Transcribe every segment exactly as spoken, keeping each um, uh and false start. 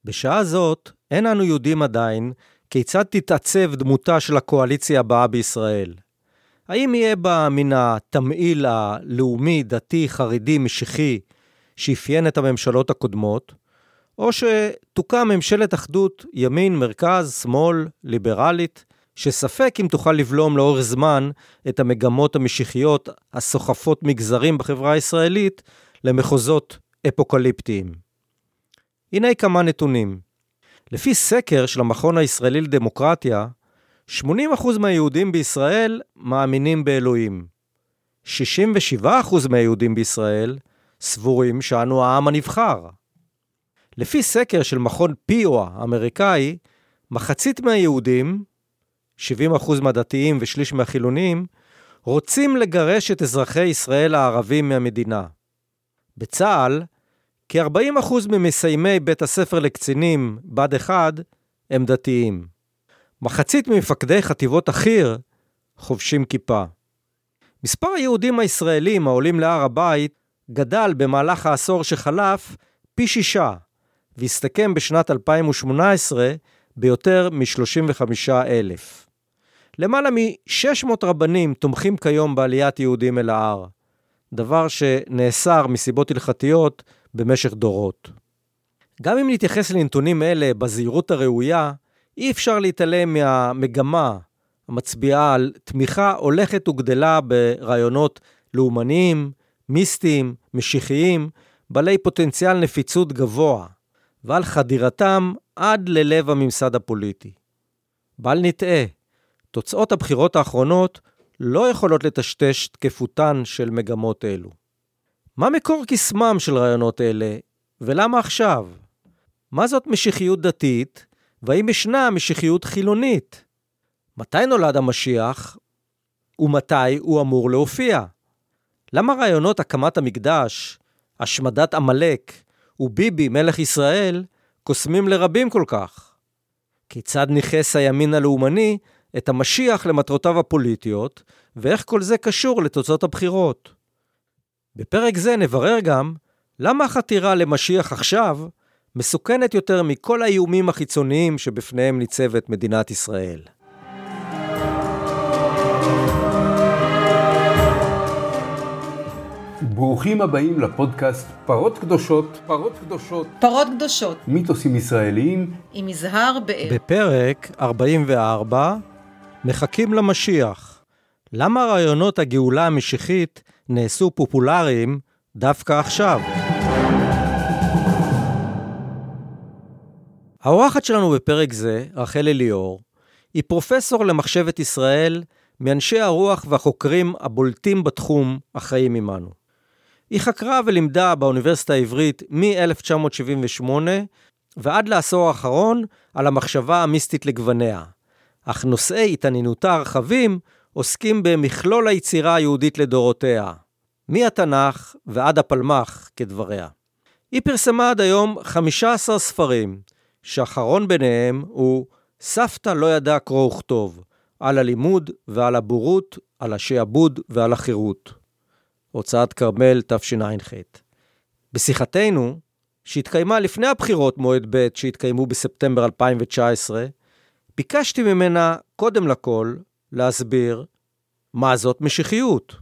בשעה זאת, אין אנו יודעים עדיין כיצד תתעצב דמותה של הקואליציה הבאה בישראל. האם יהיה בה מן התמעיל הלאומי, דתי, חרדי, משיחי, שאפיין את הממשלות הקודמות, או שתוקם ממשלת אחדות ימין, מרכז, שמאל, ליברלית, שספק אם תוכל לבלום לאורך זמן את המגמות המשיחיות הסוחפות מגזרים בחברה הישראלית למחוזות אפוקליפטיים. הנה כמה נתונים. לפי סקר של המכון הישראלי לדמוקרטיה, שמונים אחוז מהיהודים בישראל מאמינים באלוהים. שישים ושבעה אחוז מהיהודים בישראל סבורים שאנו העם הנבחר. לפי סקר של מכון פיו האמריקאי, מחצית מהיהודים, שבעים אחוז מהדתיים ושליש מהחילונים, רוצים לגרש את אזרחי ישראל הערבים מהמדינה. בצה"ל, כ-ארבעים אחוז ממסיימי בית הספר לקצינים, בד אחד, הם דתיים. מחצית ממפקדי חטיבות החי"ר חובשים כיפה. מספר היהודים הישראלים העולים להר הבית גדל במהלך העשור שחלף פי שישה, והסתכם בשנת אלפיים ושמונה עשרה ביותר מ-שלושים וחמישה אלף. למעלה מ-שש מאות רבנים תומכים כיום בעליית יהודים אל ההר, דבר שנאסר מסיבות הלכתיות במשך דורות. גם אם נתייחס לנתונים אלה בזהירות הראויה, אי אפשר להתעלם מהמגמה המצביעה על תמיכה הולכת וגדלה ברעיונות לאומניים, מיסטיים, משיחיים, בעלי פוטנציאל נפיצות גבוה, ועל חדירתם עד ללב הממסד הפוליטי. בל נטעה, תוצאות הבחירות האחרונות לא יכולות לטשטש תקפותן של מגמות אלו. מה מקור קסמם של רעיונות אלה, ולמה עכשיו? מה זאת משיחיות דתית, והאם ישנה משיחיות חילונית? מתי נולד המשיח, ומתי הוא אמור להופיע? למה רעיונות הקמת המקדש, השמדת עמלק, וביבי מלך ישראל, קוסמים לרבים כל כך? כיצד ניחס הימין הלאומני את המשיח למטרותיו הפוליטיות, ואיך כל זה קשור לתוצאות הבחירות? בפרק זה נברר גם למה החתירה למשיח עכשיו מסוכנת יותר מכל האיומים החיצוניים שבפניהם ניצבת מדינת ישראל. ברוכים הבאים לפודקאסט פרות קדושות, פרות קדושות, פרות קדושות, מיתוסים ישראליים עם יזהר באר. בפרק ארבעים וארבע, מחכים למשיח. למה רעיונות הגאולה המשיחית נעשו פופולריים דווקא עכשיו? האורחת שלנו בפרק זה, רחל אליאור, היא פרופסור למחשבת ישראל, מאנשי הרוח והחוקרים הבולטים בתחום החיים עמנו. היא חקרה ולימדה באוניברסיטה העברית מ-אלף תשע מאות שבעים ושמונה ועד לעשור האחרון על המחשבה המיסטית לגווניה. אך נושאי התעניינותה הרחבים עוסקים במכלול היצירה היהודית לדורותיה, מהתנ"ך ועד הפלמ"ח כדבריה. היא פרסמה עד היום חמישה עשר ספרים, שאחרון ביניהם הוא סבתא לא ידע קרוא וכתוב, על הלימוד ועל הבורות, על השעבוד ועל החירות. הוצאת כרמל תשע"ח. בשיחתנו, שהתקיימה לפני הבחירות מועד ב' שהתקיימו בספטמבר אלפיים תשע עשרה, ביקשתי ממנה קודם לכל להסביר מה זאת משיחיות.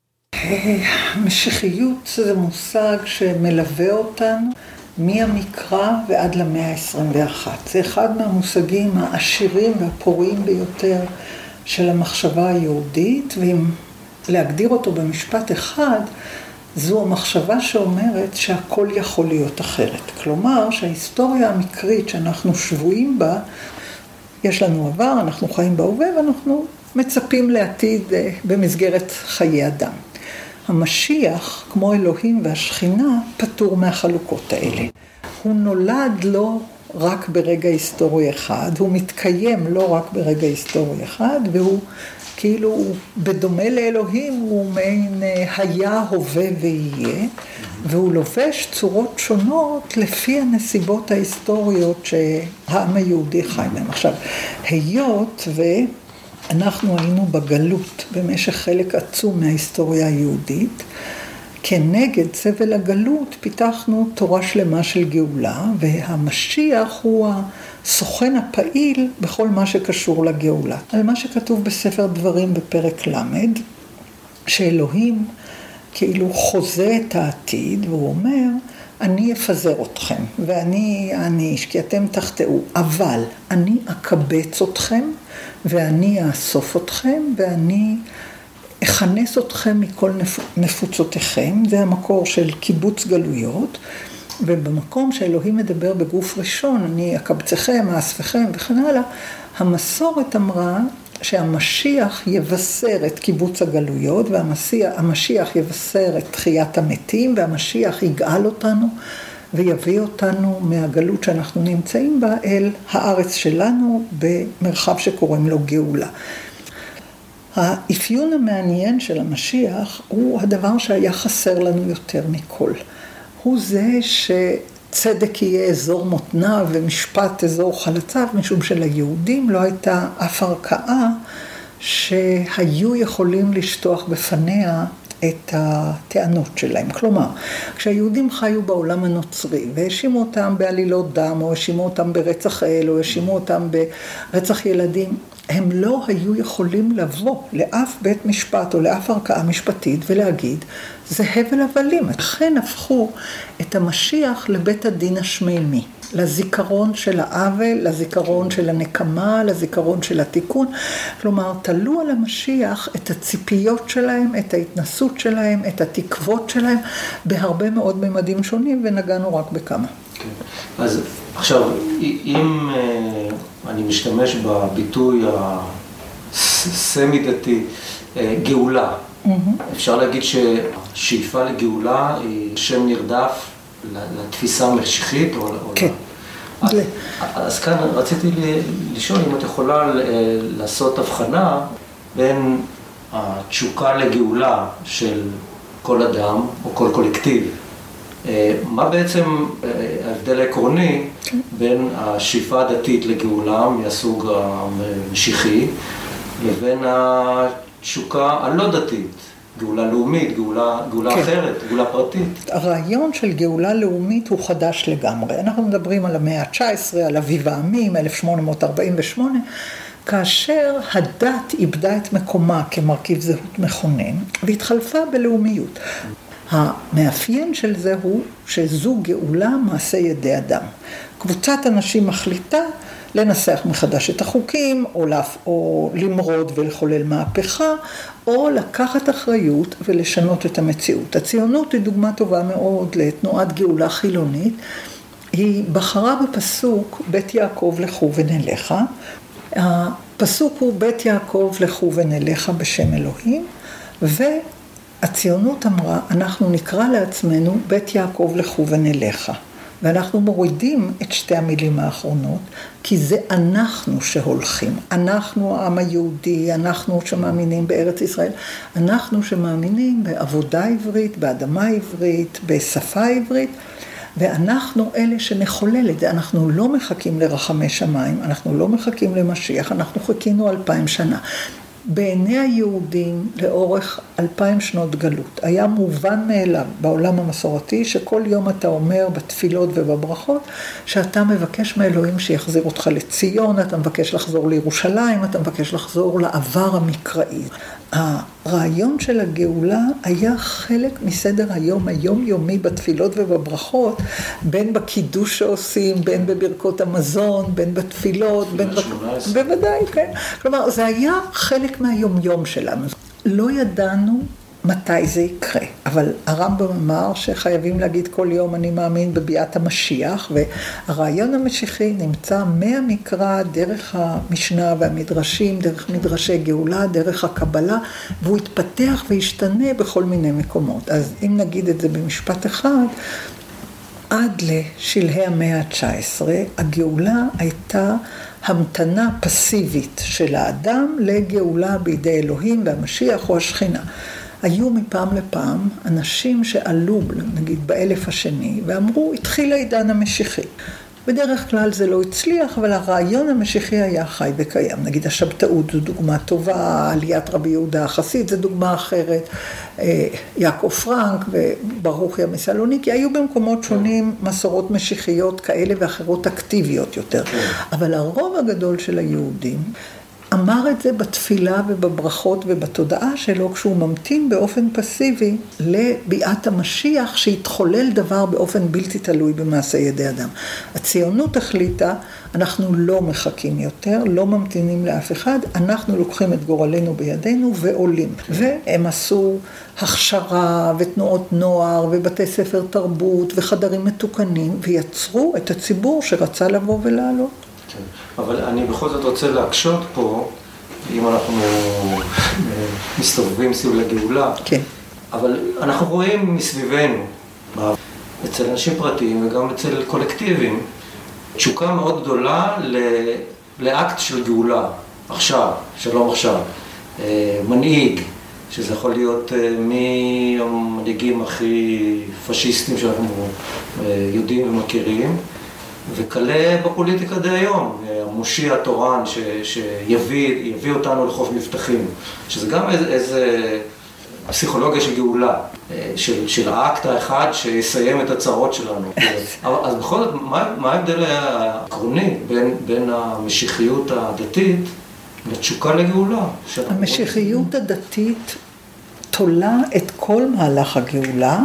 משיחיות זה מושג שמלווה אותנו מהמקרא ועד למאה ה-עשרים ואחת. זה אחד מהמושגים העשירים והפוריים ביותר של המחשבה היהודית, ואם להגדיר אותו במשפט אחד, זו המחשבה שאומרת שהכל יכול להיות אחרת. כלומר, שההיסטוריה המקרית שאנחנו שבויים בה, יש לנו עבר, אנחנו חיים בהווה, ואנחנו מצפים לעתיד במסגרת חיי אדם. המשיח, כמו אלוהים והשכינה, פטור מהחלוקות האלה. הוא נולד לא רק ברגע היסטורי אחד, הוא מתקיים לא רק ברגע היסטורי אחד, והוא כאילו, הוא, בדומה לאלוהים, הוא מעין היה, הווה ויהיה, והוא לובש צורות שונות לפי הנסיבות ההיסטוריות שהעם היהודי חי בהם. עכשיו, היות ואנחנו היינו בגלות במשך חלק עצום מההיסטוריה היהודית, כנגד סבל הגלות פיתחנו תורה שלמה של גאולה, והמשיח הוא הסוכן הפעיל בכל מה שקשור לגאולה. על מה שכתוב בספר דברים בפרק למד, שאלוהים כאילו חוזה את העתיד, והוא אומר, אני אפזר אתכם, ואני אעניש, כי אתם תחטאו, אבל אני אקבץ אתכם, ואני אאסוף אתכם, ואני אכנס אתכם מכל נפוצותיכם. זה המקור של קיבוץ גלויות, ובמקום שאלוהים מדבר בגוף ראשון, אני אקבצכם, אאספכם וכן הלאה, המסורת אמרה שהמשיח יבשר את קיבוץ הגלויות, והמשיח יבשר את תחיית המתים, והמשיח יגאל אותנו ויביא אותנו מהגלות שאנחנו נמצאים בה אל הארץ שלנו במרחב שקוראים לו גאולה. האפיון המעניין של המשיח הוא הדבר שהיה חסר לנו יותר מכל. הוא זה שצדק יהיה אזור מותניו ומשפט אזור חלציו, משום שליהודים לא הייתה אף ערכאה שהיו יכולים לשטוח בפניה את הטענות שלהם. כלומר, כשהיהודים חיו בעולם הנוצרי והאשימו אותם בעלילות דם, או האשימו אותם ברצח אל, או האשימו אותם ברצח ילדים, הם לא היו יכולים לבוא לאף בית משפט או לאף ערכאה משפטית ולהגיד, זה הבל הבלים. לכן הפכו את המשיח לבית הדין השמימי, לזיכרון של העוול, לזיכרון של הנקמה, לזיכרון של התיקון. כלומר, תלו על המשיח את הציפיות שלהם, את ההתנסות שלהם, את התקוות שלהם, בהרבה מאוד ממדים שונים, ונגענו רק בכמה. כן. אז עכשיו, אם אני משתמש בביטוי הסמי-דתי, גאולה, אפשר להגיד ששאיפה לגאולה היא שם נרדף לתפיסה המשיחית? כן. אז כאן רציתי לשאול אם את יכולה לעשות הבחנה בין התשוקה לגאולה של כל אדם או כל קולקטיב. מה בעצם ההבדל העקרוני בין השאיפה הדתית לגאולה מהסוג המשיחי לבין התשוקה הלא דתית, גאולה לאומית, גאולה, גאולה כן. אחרת, גאולה פרטית? הרעיון של גאולה לאומית הוא חדש לגמרי. אנחנו מדברים על המאה ה-תשע עשרה, על אביב העמים, אלף שמונה מאות ארבעים ושמונה, כאשר הדת איבדה את מקומה כמרכיב זהות מכונן והתחלפה בלאומיות. המאפיין של זה הוא שזו גאולה מעשה ידי אדם. קבוצת אנשים מחליטה לנסח מחדש את החוקים, או, להפ... או למרוד ולחולל מהפכה, או לקחת אחריות ולשנות את המציאות. הציונות היא דוגמה טובה מאוד לתנועת גאולה חילונית. היא בחרה בפסוק, בית יעקב לכו ונלכה. הפסוק הוא בית יעקב לכו ונלכה בשם אלוהים, ו... הציונות אמרה, אנחנו נקרא לעצמנו בית יעקב לכו ונלכה. ואנחנו מורידים את שתי המילים האחרונות, כי זה אנחנו שהולכים. אנחנו העם היהודי, אנחנו שמאמינים בארץ ישראל, אנחנו שמאמינים בעבודה עברית, באדמה עברית, בשפה עברית, ואנחנו אלה שנחולל את זה. אנחנו לא מחכים לרחמי שמיים, אנחנו לא מחכים למשיח, אנחנו חיכינו אלפיים שנה. בעיני היהודים לאורך אלפיים שנות גלות היה מובן מאליו בעולם המסורתי שכל יום אתה אומר בתפילות ובברכות שאתה מבקש מאלוהים שיחזיר אותך לציון, אתה מבקש לחזור לירושלים, אתה מבקש לחזור לעבר המקראי. הרעיון של הגאולה היה חלק מסדר היום היומיומי בתפילות ובברכות, בין בקידוש שעושים, בין בברכות המזון, בין בתפילות, בין ב... בוודאי, כן. כלומר, זה היה חלק מהיומיום שלנו. לא ידענו מתי זה יקרה, אבל הרמב"ם אמר שחייבים להגיד כל יום אני מאמין בביאת המשיח, והרעיון המשיחי נמצא מהמקרא דרך המשנה והמדרשים, דרך מדרשי גאולה, דרך הקבלה, והוא התפתח והשתנה בכל מיני מקומות. אז אם נגיד את זה במשפט אחד, עד לשלהי המאה ה-תשע עשרה, הגאולה הייתה המתנה פסיבית של האדם לגאולה בידי אלוהים והמשיח או השכינה. היו מפעם לפעם אנשים שעלו, נגיד באלף השני, ואמרו, התחיל העידן המשיחי. בדרך כלל זה לא הצליח, אבל הרעיון המשיחי היה חי וקיים. נגיד השבתאות זו דוגמה טובה, עליית רבי יהודה החסיד זו דוגמה אחרת, יעקב פרנק וברוכיה מסלוניקי, היו במקומות שונים מסורות משיחיות כאלה ואחרות אקטיביות יותר. אבל הרוב הגדול של היהודים אמר את זה בתפילה ובברכות ובתודעה שלו, כשהוא ממתין באופן פסיבי לביאת המשיח, שהתחולל דבר באופן בלתי תלוי במעשה ידי אדם. הציונות החליטה, אנחנו לא מחכים יותר, לא ממתינים לאף אחד, אנחנו לוקחים את גורלנו בידינו ועולים. והם עשו הכשרה ותנועות נוער ובתי ספר תרבות וחדרים מתוקנים, ויצרו את הציבור שרצה לבוא ולעלות. אבל אני בכל זאת רוצה להקשות פה, אם אנחנו מסתובבים סביב לגאולה. כן. אבל אנחנו רואים מסביבנו, אצל אנשים פרטיים וגם אצל קולקטיבים, תשוקה מאוד גדולה לאקט של גאולה, עכשיו, שלום עכשיו. מנהיג, שזה יכול להיות מהמנהיגים הכי פשיסטים שאנחנו יודעים ומכירים, וכלה בפוליטיקה די היום, המושיע התורן ש, שיביא יביא אותנו לחוף מבטחים, שזה גם איזה, איזה פסיכולוגיה של גאולה, של, של האקט האחד שיסיים את הצרות שלנו. אז בכל זאת, מה, מה ההבדל העקרוני בין, בין המשיחיות הדתית לתשוקה לגאולה? המשיחיות הדתית תולה את כל מהלך הגאולה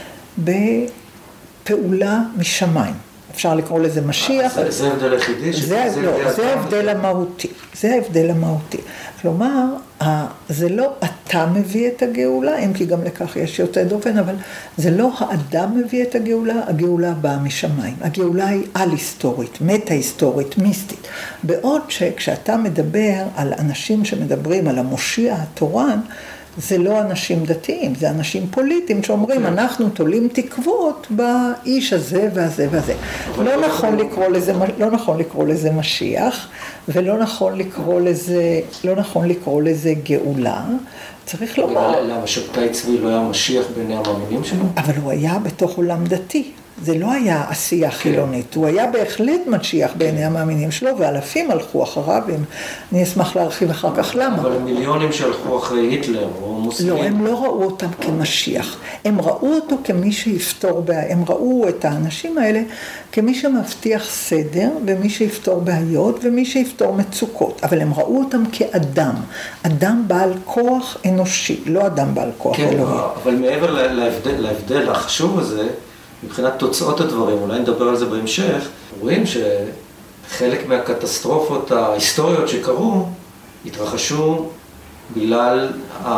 בפעולה משמיים. אפשר לקרוא לזה משיח. זה ההבדל היחידי? זה ההבדל המהותי. זה ההבדל המהותי. כלומר, זה לא אתה מביא את הגאולה, אם כי גם לכך יש יוצא דופן, אבל זה לא האדם מביא את הגאולה, הגאולה באה משמיים. הגאולה היא על-היסטורית, מטה-היסטורית, מיסטית. בעוד שכשאתה מדבר על אנשים שמדברים על המושיע התורן, זה לא אנשים דתיים, זה אנשים פוליטיים שאומרים, אנחנו תולים תקוות באיש הזה והזה והזה. לא נכון לקרוא לזה, לא נכון לקרוא לזה משיח, ולא נכון לקרוא לזה, לא נכון לקרוא לזה גאולה. צריך לומר... למה שבתאי צבי לא היה משיח בעיני המאמינים שלו? אבל הוא היה בתוך עולם דתי. זה לא היה עשייה חילונית, הוא היה בהחלט משיח בעיני המאמינים שלו, ואלפים הלכו אחריו, אני אשמח להרחיב אחר כך למה. אבל מיליונים שהלכו אחרי היטלר או מוסלמים. לא, הם לא ראו אותם כמשיח, הם ראו אותו כמי שיפתור בעיה, הם ראו את האנשים האלה כמי שמבטיח סדר, ומי שיפתור בעיות, ומי שיפתור מצוקות, אבל הם ראו אותם כאדם, אדם בעל כוח אנושי, לא אדם בעל כוח אלוהי. כן, אבל מעבר להבדל, להבדל החשוב הזה, מבחינת תוצאות הדברים, אולי נדבר על זה בהמשך, רואים שחלק מהקטסטרופות ההיסטוריות שקרו, התרחשו בגלל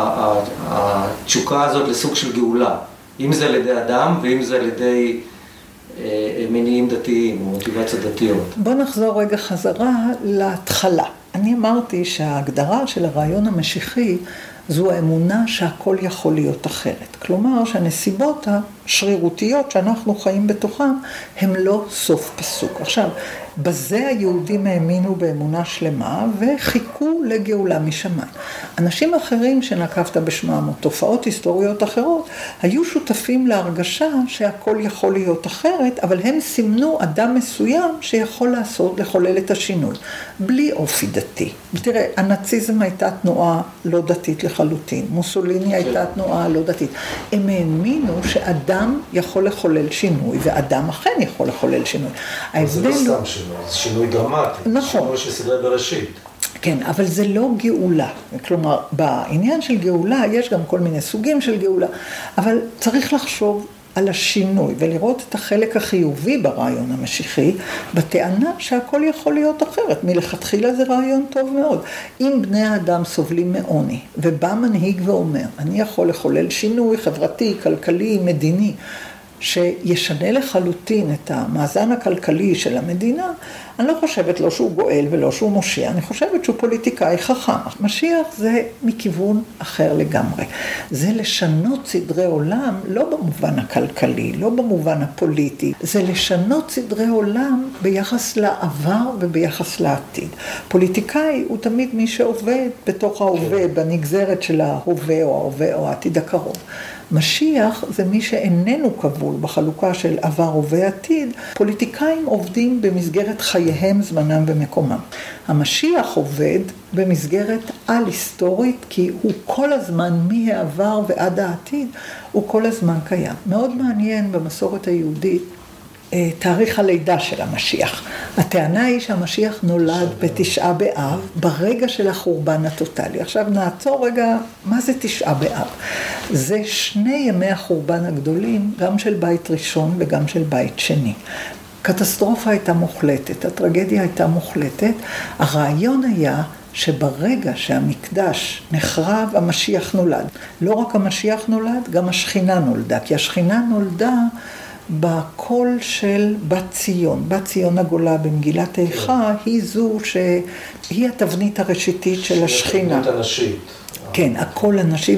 התשוקה הזאת לסוג של גאולה. אם זה על ידי אדם ואם זה על ידי מניעים דתיים או מוטיבציה דתיות. בוא נחזור רגע חזרה להתחלה. אני אמרתי שההגדרה של הרעיון המשיחי זו האמונה שהכל יכול להיות אחרת. כלומר שהנסיבות השרירותיות שאנחנו חיים בתוכן הם לא סוף פסוק. עכשיו, בזה היהודים האמינו באמונה שלמה וחיכו לגאולה משמיים. אנשים אחרים שנקבת בשמם או תופעות היסטוריות אחרות היו שותפים להרגשה שהכל יכול להיות אחרת, אבל הם סימנו אדם מסוים שיכול לעשות, לחולל את השינוי, בלי אופי דתי. תראה, הנאציזם הייתה תנועה לא דתית לחלוטין, מוסוליני הייתה תנועה לא דתית. הם האמינו שאדם יכול לחולל שינוי, ואדם אכן יכול לחולל שינוי. זה לא סתם שינוי, זה שינוי דרמטי, נכון. שינוי של סדרי בראשית. כן, אבל זה לא גאולה. כלומר, בעניין של גאולה יש גם כל מיני סוגים של גאולה, אבל צריך לחשוב על השינוי ולראות את החלק החיובי ברעיון המשיחי, בטענה שהכל יכול להיות אחרת. מלכתחילה זה רעיון טוב מאוד. אם בני האדם סובלים מעוני, ובא מנהיג ואומר, אני יכול לחולל שינוי חברתי, כלכלי, מדיני, שישנה לחלוטין את המאזן הכלכלי של המדינה, אני לא חושבת לא שהוא גואל ולא שהוא מושיע, אני חושבת שהוא פוליטיקאי חכם. משיח זה מכיוון אחר לגמרי. זה לשנות סדרי עולם, לא במובן הכלכלי, לא במובן הפוליטי, זה לשנות סדרי עולם ביחס לעבר וביחס לעתיד. פוליטיקאי הוא תמיד מי שעובד בתוך ההווה, בנגזרת של ההווה או ההווה או העתיד הקרוב. משיח זה מי שאיננו כבול בחלוקה של עבר הווה עתיד. פוליטיקאים עובדים במסגרת חייהם, זמנם ומקומם. המשיח עובד במסגרת על היסטורית, כי הוא כל הזמן מהעבר ועד העתיד, הוא כל הזמן קיים. מאוד מעניין במסורת היהודית תאריך הלידה של המשיח. הטענה היא שהמשיח נולד בתשעה באב, ברגע של החורבן הטוטלי. עכשיו נעצור רגע, מה זה תשעה באב? זה שני ימי החורבן הגדולים, גם של בית ראשון וגם של בית שני. קטסטרופה הייתה מוחלטת, הטרגדיה הייתה מוחלטת. הרעיון היה שברגע שהמקדש נחרב, המשיח נולד. לא רק המשיח נולד, גם השכינה נולדה, כי השכינה נולדה בקול של בת ציון. בת ציון הגולה במגילת איכה היא זו שהיא התבנית הראשיתית של השכינה. התבנית הנשית. כן, הקול הנשי.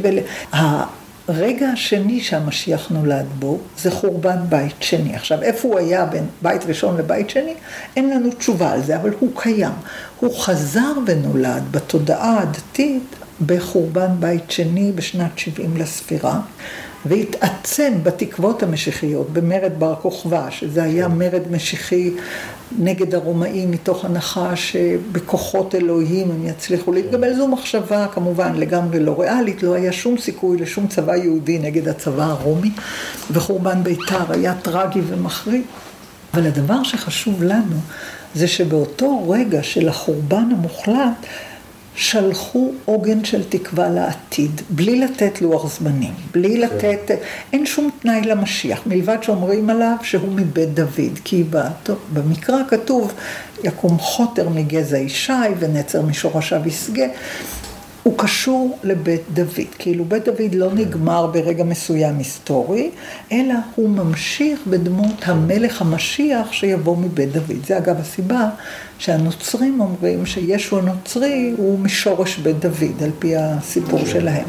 הרגע השני שהמשיח נולד בו זה חורבן בית שני. עכשיו, איפה הוא היה בין בית ראשון לבית שני? אין לנו תשובה על זה, אבל הוא קיים. הוא חזר ונולד בתודעה הדתית בחורבן בית שני בשנת שבעים לספירה. והתעצם בתקוות המשיחיות, במרד בר כוכבא, שזה היה מרד משיחי נגד הרומאים, מתוך הנחה שבכוחות אלוהים הם יצליחו להתגבל. זו מחשבה כמובן לגמרי לא ריאלית, לא היה שום סיכוי לשום צבא יהודי נגד הצבא הרומי, וחורבן ביתר היה טרגי ומחריד. אבל הדבר שחשוב לנו זה שבאותו רגע של החורבן המוחלט, שלחו עוגן של תקווה לעתיד, בלי לתת לוח זמנים, בלי לתת, אין שום תנאי למשיח, מלבד שאומרים עליו שהוא מבית דוד, כי במקרא כתוב, יקום חוטר מגזע ישי ונצר משורשיו יסגה, הוא קשור לבית דוד, כאילו בית דוד לא נגמר ברגע מסוים היסטורי, אלא הוא ממשיך בדמות המלך המשיח שיבוא מבית דוד. זה אגב הסיבה שהנוצרים אומרים שישו הנוצרי הוא משורש בית דוד, על פי הסיפור שלהם.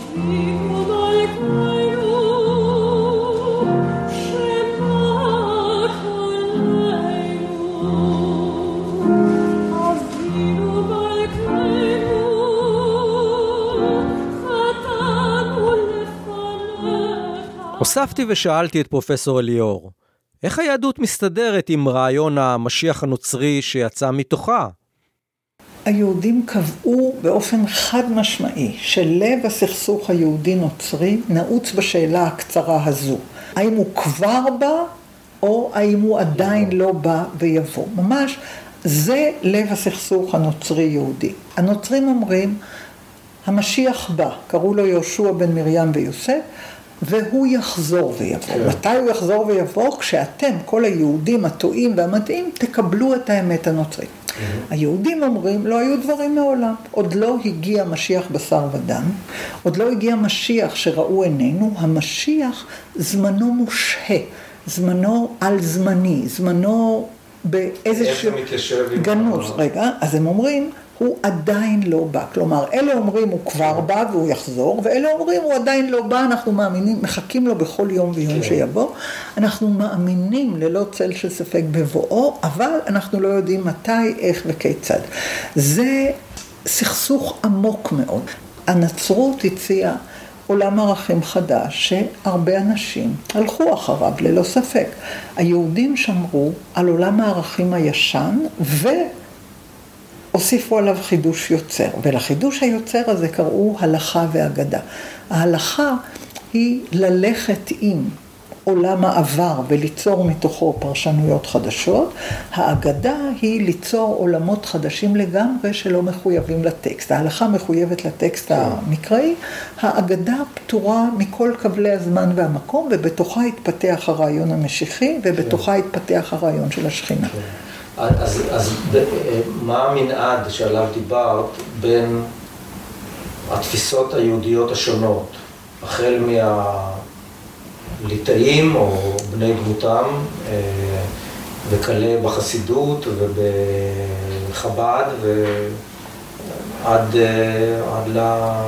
הוספתי ושאלתי את פרופסור אליאור, איך היהדות מסתדרת עם רעיון המשיח הנוצרי שיצא מתוכה? היהודים קבעו באופן חד משמעי שלב הסכסוך היהודי-נוצרי נעוץ בשאלה הקצרה הזו. האם הוא כבר בא או האם הוא עדיין לא בא ויבוא? ממש זה לב הסכסוך הנוצרי-יהודי. הנוצרים אומרים, המשיח בא, קראו לו יהושע בן מרים ויוסף, והוא יחזור ויבוא. מתי הוא יחזור ויבוא? כשאתם, כל היהודים הטועים והמטעים, תקבלו את האמת הנוצרית. היהודים אומרים, לא היו דברים מעולם. עוד לא הגיע משיח בשר ודם, עוד לא הגיע משיח שראו עינינו, המשיח זמנו מושהה, זמנו על זמני, זמנו באיזשהו גנוז. רגע, אז הם אומרים, הוא עדיין לא בא. כלומר, אלה אומרים הוא כבר בא והוא יחזור, ואלה אומרים הוא עדיין לא בא, אנחנו מאמינים, מחכים לו בכל יום ויום שיבוא. אנחנו מאמינים ללא צל של ספק בבואו, אבל אנחנו לא יודעים מתי, איך וכיצד. זה סכסוך עמוק מאוד. הנצרות הציעה עולם ערכים חדש, שהרבה אנשים הלכו אחריו ללא ספק. היהודים שמרו על עולם הערכים הישן, ו... הוסיפו עליו חידוש יוצר, ולחידוש היוצר הזה קראו הלכה ואגדה. ההלכה היא ללכת עם עולם העבר וליצור מתוכו פרשנויות חדשות, האגדה היא ליצור עולמות חדשים לגמרי שלא מחויבים לטקסט. ההלכה מחויבת לטקסט המקראי, האגדה פתורה מכל קבלי הזמן והמקום, ובתוכה התפתח הרעיון המשיחי, ובתוכה התפתח הרעיון של השכינה. אז, אז מה המנעד שעליו דיברת בין התפיסות היהודיות השונות, החל מהליטאים או בני דמותם, וכלה בחסידות ובחב"ד ועד עד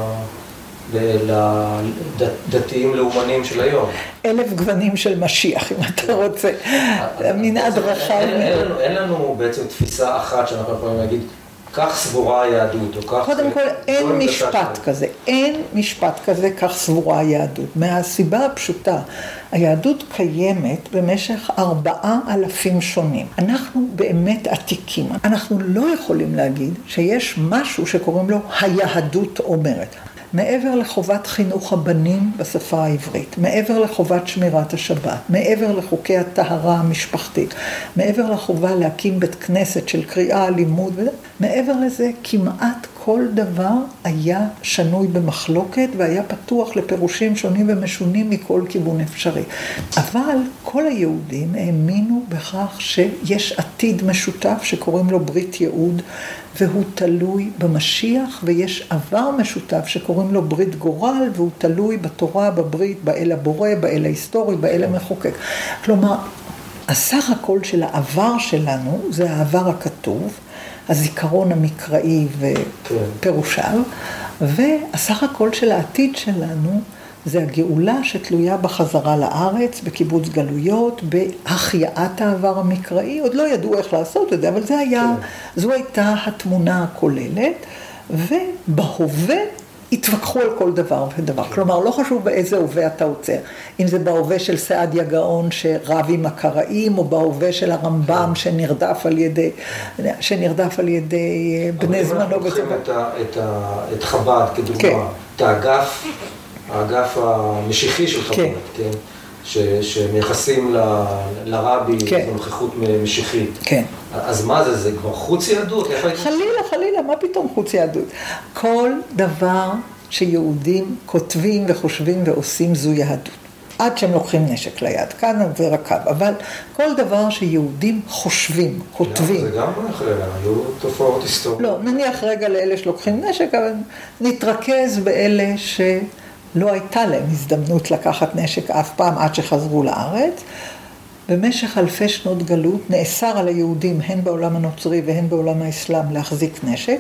לדתיים לאומנים של היום. אלף גוונים של משיח, אם אתה רוצה. מנעד רחב. אין לנו בעצם תפיסה אחת שאנחנו יכולים להגיד, כך סבורה היהדות, או כך... קודם כל, אין משפט כזה. אין משפט כזה, כך סבורה היהדות. מהסיבה הפשוטה, היהדות קיימת במשך ארבעה אלפים שונים. אנחנו באמת עתיקים. אנחנו לא יכולים להגיד שיש משהו שקוראים לו היהדות אומרת. מעבר לחובת חינוך הבנים בשפה העברית, מעבר לחובת שמירת השבת, מעבר לחוקי הטהרה המשפחתית, מעבר לחובה להקים בית כנסת של קריאה, לימוד, מעבר לזה כמעט כל דבר היה שנוי במחלוקת והיה פתוח לפירושים שונים ומשונים מכל כיוון אפשרי. אבל כל היהודים האמינו בכך שיש עתיד משותף שקוראים לו ברית ייעוד, והוא תלוי במשיח, ויש עבר משותף שקוראים לו ברית גורל, והוא תלוי בתורה, בברית, באל הבורא, באל ההיסטורי, באל המחוקק. כלומר, הסך הכל של העבר שלנו זה העבר הכתוב, הזיכרון המקראי ופירושיו, והסך הכל של העתיד שלנו זה הגאולה שתלויה בחזרה לארץ, בקיבוץ גלויות, בהחייאת העבר המקראי. עוד לא ידעו איך לעשות את זה, אבל זה היה, זו הייתה התמונה הכוללת, ובהווה התווכחו על כל דבר ודבר. כלומר, לא חשוב באיזה הווה אתה עוצר. אם זה בהווה של סעדיה גאון שרב עם הקראים, או בהווה של הרמב"ם שנרדף על ידי, שנרדף על ידי בני זמנו. אבל אם אנחנו לוקחים את, את, את חב"ד כדוגמה, כן. את האגף, האגף המשיחי של חב"ד, כן. כן? ש, שמייחסים ל, לרבי, כן. בנוכחות משיחית. כן. אז מה זה? זה כבר חוץ יהדות? חלילה, חלילה, מה פתאום חוץ יהדות? כל דבר שיהודים כותבים וחושבים ועושים זו יהדות. עד שהם לוקחים נשק ליד, כאן עובר הקו, אבל כל דבר שיהודים חושבים, כותבים. זה גם אחרי, היו תופעות היסטוריות. לא, נניח רגע לאלה שלוקחים נשק, אבל נתרכז באלה שלא הייתה להם הזדמנות לקחת נשק אף פעם עד שחזרו לארץ. במשך אלפי שנות גלות נאסר על היהודים, הן בעולם הנוצרי והן בעולם האסלאם, להחזיק נשק,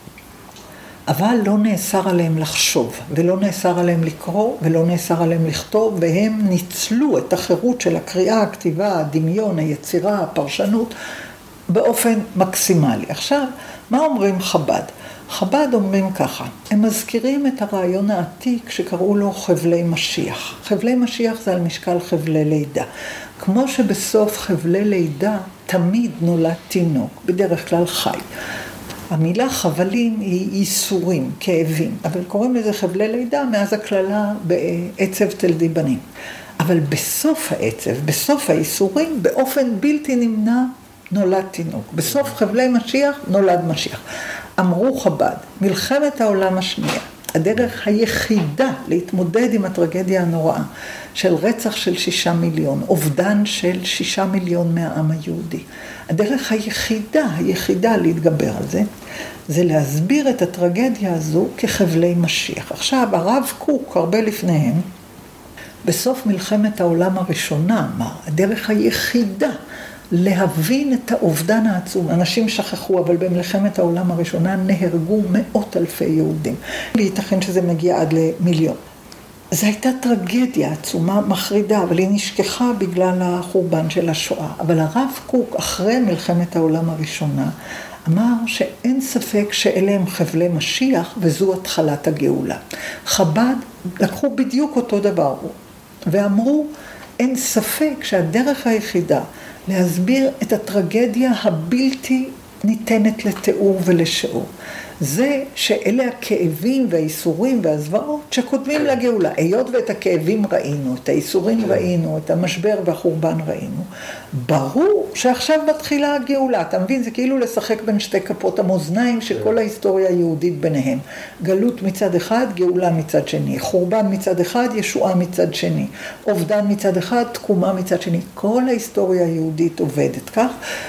אבל לא נאסר עליהם לחשוב, ולא נאסר עליהם לקרוא, ולא נאסר עליהם לכתוב, והם ניצלו את החירות של הקריאה, הכתיבה, הדמיון, היצירה, הפרשנות, באופן מקסימלי. עכשיו, מה אומרים חב"ד? חב"ד אומרים ככה, הם מזכירים את הרעיון העתיק שקראו לו חבלי משיח. חבלי משיח זה על משקל חבלי לידה. כמו שבסוף חבלי לידה תמיד נולד תינוק, בדרך כלל חי. המילה חבלים היא ייסורים, כאבים, אבל קוראים לזה חבלי לידה מאז הכללה בעצב תלדי בנים. אבל בסוף העצב, בסוף הייסורים, באופן בלתי נמנע נולד תינוק. בסוף חבלי משיח נולד משיח. אמרו חב"ד, מלחמת העולם השנייה, הדרך היחידה להתמודד עם הטרגדיה הנוראה של רצח של שישה מיליון, אובדן של שישה מיליון מהעם היהודי. הדרך היחידה, היחידה להתגבר על זה, זה להסביר את הטרגדיה הזו כחבלי משיח. עכשיו, הרב קוק, הרבה לפניהם, בסוף מלחמת העולם הראשונה, אמר, הדרך היחידה להבין את האובדן העצום. אנשים שכחו, אבל במלחמת העולם הראשונה נהרגו מאות אלפי יהודים. ייתכן שזה מגיע עד למיליון. זו הייתה טרגדיה עצומה מחרידה, אבל היא נשכחה בגלל החורבן של השואה. אבל הרב קוק, אחרי מלחמת העולם הראשונה, אמר שאין ספק שאלה הם חבלי משיח, וזו התחלת הגאולה. חב"ד לקחו בדיוק אותו דבר, ואמרו, אין ספק שהדרך היחידה להסביר את הטרגדיה הבלתי ניתנת לתיאור ולשיעור. זה שאלה הכאבים והאיסורים והזוועות שקודמים לגאולה. היות ואת הכאבים ראינו, את האיסורים ראינו, את המשבר והחורבן ראינו, ברור שעכשיו מתחילה הגאולה. אתה מבין? זה כאילו לשחק בין שתי כפות המאזניים שכל ההיסטוריה היהודית ביניהם. גלות מצד אחד, גאולה מצד שני. חורבן מצד אחד, ישועה מצד שני. אובדן מצד אחד, תקומה מצד שני. כל ההיסטוריה היהודית עובדת כך,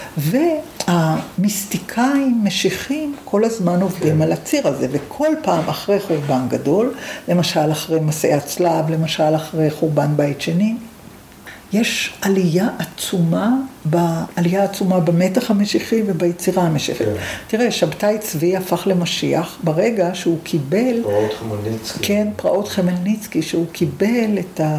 והמיסטיקאים, משיחים, כל הזמן עובדים על הציר הזה, וכל פעם אחרי חורבן גדול, למשל אחרי מסעי הצלב, למשל אחרי חורבן בית שני, יש עלייה עצומה, עלייה עצומה במתח המשיחי וביצירה המשיחית. כן. תראה, שבתאי צבי הפך למשיח ברגע שהוא קיבל... פרעות חמלניצקי. כן, פרעות חמלניצקי, שהוא קיבל את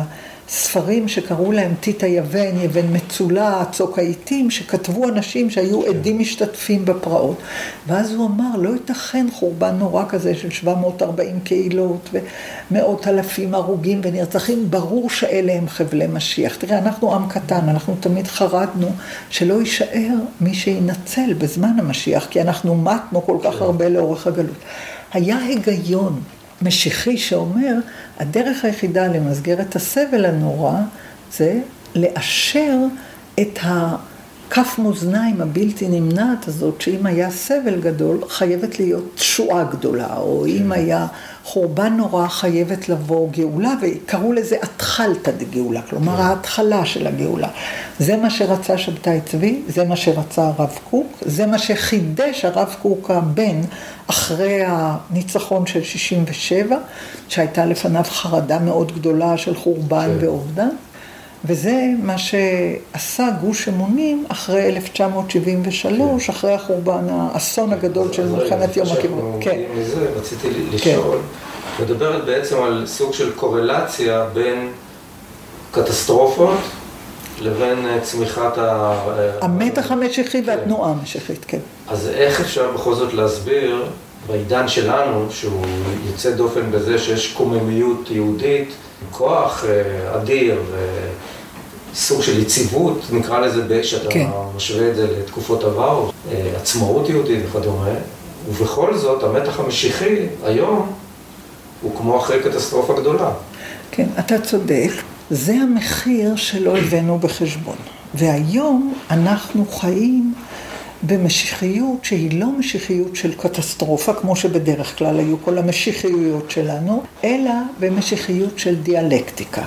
ספרים שקראו להם טיטה יוון, יוון מצולה, צוק העיתים, שכתבו אנשים שהיו עדים משתתפים בפרעות. ואז הוא אמר, לא ייתכן חורבן נורא כזה של שבע מאות וארבעים קהילות ומאות אלפים הרוגים ונרצחים, ברור שאלה הם חבלי משיח. תראה, אנחנו עם קטן, אנחנו תמיד חרדנו שלא יישאר מי שינצל בזמן המשיח, כי אנחנו מתנו כל כך הרבה לאורך הגלות. היה היגיון משיחי שאומר, הדרך היחידה למסגר את הסבל הנורא, זה לאשר את הכף מאזניים הבלתי נמנעת הזאת, שאם היה סבל גדול, חייבת להיות תשועה גדולה, או אם היה חורבן נורא, חייבת לבוא גאולה, וקראו לזה התחלתא דגאולה, כלומר ההתחלה של הגאולה. זה מה שרצה שבתאי צבי, זה מה שרצה הרב קוק, זה מה שחידש הרב קוק הבן אחרי הניצחון של שישים ושבע, שהייתה לפניו חרדה מאוד גדולה של חורבן ואובדן. וזה מה שעשה גוש אמונים אחרי אלף תשע מאות שבעים ושלוש, אחרי החורבן, האסון הגדול של מלחמת יום הכיפורים. כן. מזה רציתי לשאול, מדברת בעצם על סוג של קורלציה בין קטסטרופות לבין צמיחת ה... המתח המשיחי והתנועה המשיחית, כן. אז איך אפשר בכל זאת להסביר בעידן שלנו, שהוא יוצא דופן בזה שיש קוממיות יהודית, כוח אדיר וסוג של יציבות, נקרא לזה, שאתה כן. משווה את זה לתקופות עבר, עצמאות יהודית וכדומה, ובכל זאת המתח המשיחי היום הוא כמו אחרי קטסטרופה גדולה. כן, אתה צודק, זה המחיר שלא הבאנו בחשבון. והיום אנחנו חיים במשיחיות שהיא לא משיחיות של קטסטרופה, כמו שבדרך כלל היו כל המשיחיות שלנו, אלא במשיחיות של דיאלקטיקה.